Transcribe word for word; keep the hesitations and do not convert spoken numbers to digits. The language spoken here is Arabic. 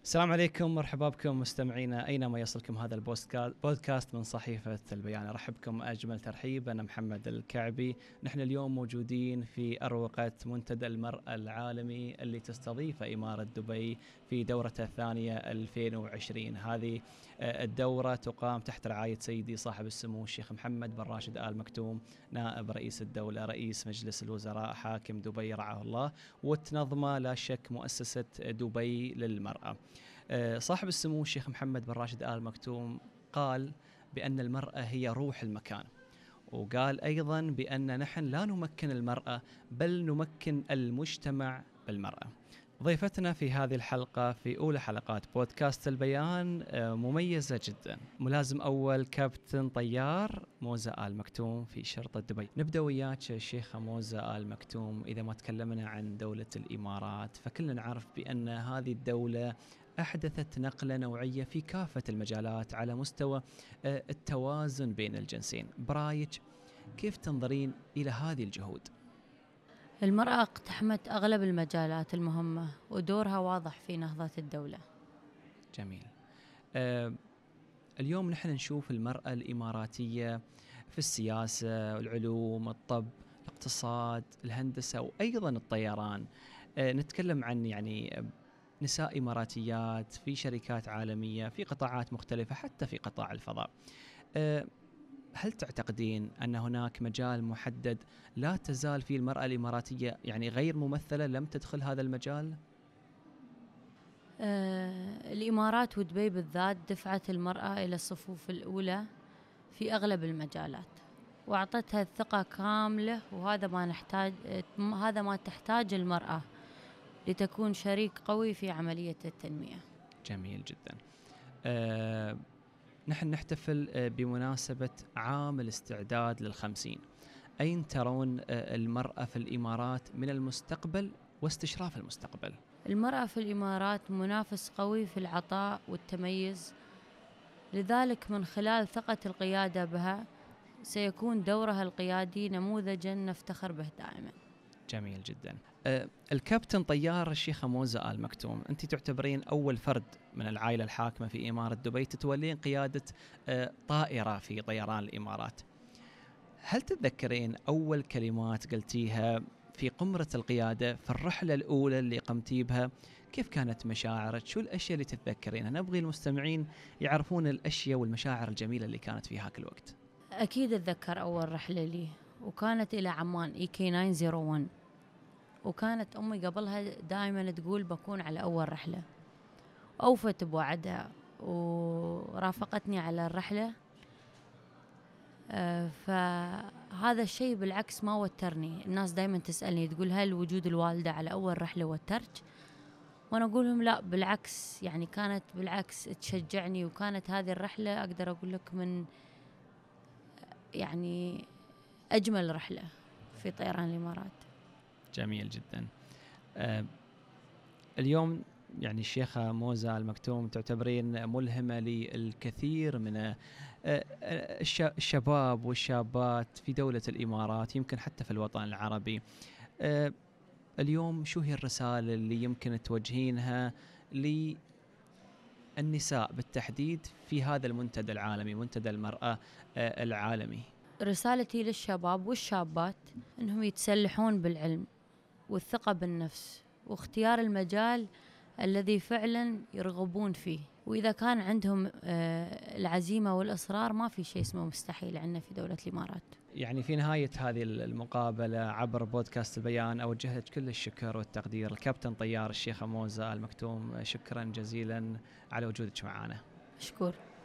السلام عليكم، مرحبا بكم مستمعينا أينما يصلكم هذا البودكاست من صحيفة البيان. أرحبكم أجمل ترحيب، أنا محمد الكعبي. نحن اليوم موجودين في أروقة منتدى المرأة العالمي اللي تستضيف إمارة دبي في دورته الثانية ألفين وعشرين. هذه الدورة تقام تحت رعاية سيدي صاحب السمو الشيخ محمد بن راشد آل مكتوم، نائب رئيس الدولة، رئيس مجلس الوزراء، حاكم دبي رعاه الله، وتنظمه لا شك مؤسسة دبي للمرأة. صاحب السمو الشيخ محمد بن راشد آل مكتوم قال بأن المرأة هي روح المكان، وقال أيضا بأن نحن لا نمكن المرأة بل نمكن المجتمع بالمرأة. ضيفتنا في هذه الحلقة في أولى حلقات بودكاست البيان مميزة جدا، ملازم أول كابتن طيار موزة آل مكتوم في شرطة دبي. نبدأ وياك الشيخة موزة آل مكتوم. إذا ما تكلمنا عن دولة الإمارات فكلنا نعرف بأن هذه الدولة أحدثت نقلة نوعية في كافة المجالات على مستوى التوازن بين الجنسين. برايك كيف تنظرين إلى هذه الجهود؟ المرأة اقتحمت أغلب المجالات المهمة ودورها واضح في نهضة الدولة. جميل. أه اليوم نحن نشوف المرأة الإماراتية في السياسة، العلوم، الطب، الاقتصاد، الهندسة، وأيضا الطيران. أه نتكلم عن يعني نساء إماراتيات في شركات عالمية في قطاعات مختلفة، حتى في قطاع الفضاء. أه هل تعتقدين أن هناك مجال محدد لا تزال فيه المرأة الإماراتية يعني غير ممثلة، لم تدخل هذا المجال؟ آه، الإمارات ودبي بالذات دفعت المرأة إلى الصفوف الأولى في أغلب المجالات وأعطتها الثقة كاملة، وهذا ما نحتاج هذا ما تحتاج المرأة لتكون شريك قوي في عملية التنمية. جميل جدا. أه نحن نحتفل بمناسبة عام الاستعداد للخمسين. أين ترون المرأة في الإمارات من المستقبل واستشراف المستقبل؟ المرأة في الإمارات منافس قوي في العطاء والتميز، لذلك من خلال ثقة القيادة بها سيكون دورها القيادي نموذجا نفتخر به دائما. جميل جدا. أه الكابتن طيار الشيخة موزة آل مكتوم، أنت تعتبرين أول فرد من العائلة الحاكمة في إمارة دبي تتولين قيادة أه طائرة في طيران الإمارات. هل تتذكرين أول كلمات قلتيها في قمرة القيادة في الرحلة الأولى اللي قمتي بها؟ كيف كانت مشاعرك؟ شو الأشياء اللي تتذكرينها؟ نبغي المستمعين يعرفون الأشياء والمشاعر الجميلة اللي كانت في هاك الوقت. أكيد أتذكر أول رحلة لي، وكانت إلى عمان إي كي تسعمية وواحد، وكانت أمي قبلها دائما تقول بكون على أول رحلة، أوفت بوعدها ورافقتني على الرحلة. أه فهذا الشيء بالعكس ما وترني. الناس دائما تسألني تقول هل وجود الوالدة على أول رحلة وترك؟ وأنا أقول لهم لا، بالعكس، يعني كانت بالعكس تشجعني، وكانت هذه الرحلة أقدر أقول لك من يعني أجمل رحلة في طيران الإمارات. جميل جدا. أه اليوم يعني الشيخة موزة آل مكتوم تعتبرين ملهمة للكثير من الشباب والشابات في دولة الإمارات، يمكن حتى في الوطن العربي. اليوم شو هي الرسالة اللي يمكن توجهينها للنساء بالتحديد في هذا المنتدى العالمي، منتدى المرأة العالمي؟ رسالتي للشباب والشابات أنهم يتسلحون بالعلم والثقة بالنفس واختيار المجال الذي فعلا يرغبون فيه، وإذا كان عندهم العزيمة والإصرار ما في شيء اسمه مستحيل عندنا في دولة الإمارات. يعني في نهاية هذه المقابلة عبر بودكاست البيان أوجه لك كل الشكر والتقدير الكابتن طيار الشيخة موزة آل مكتوم، شكرا جزيلا على وجودك معنا. مشكور.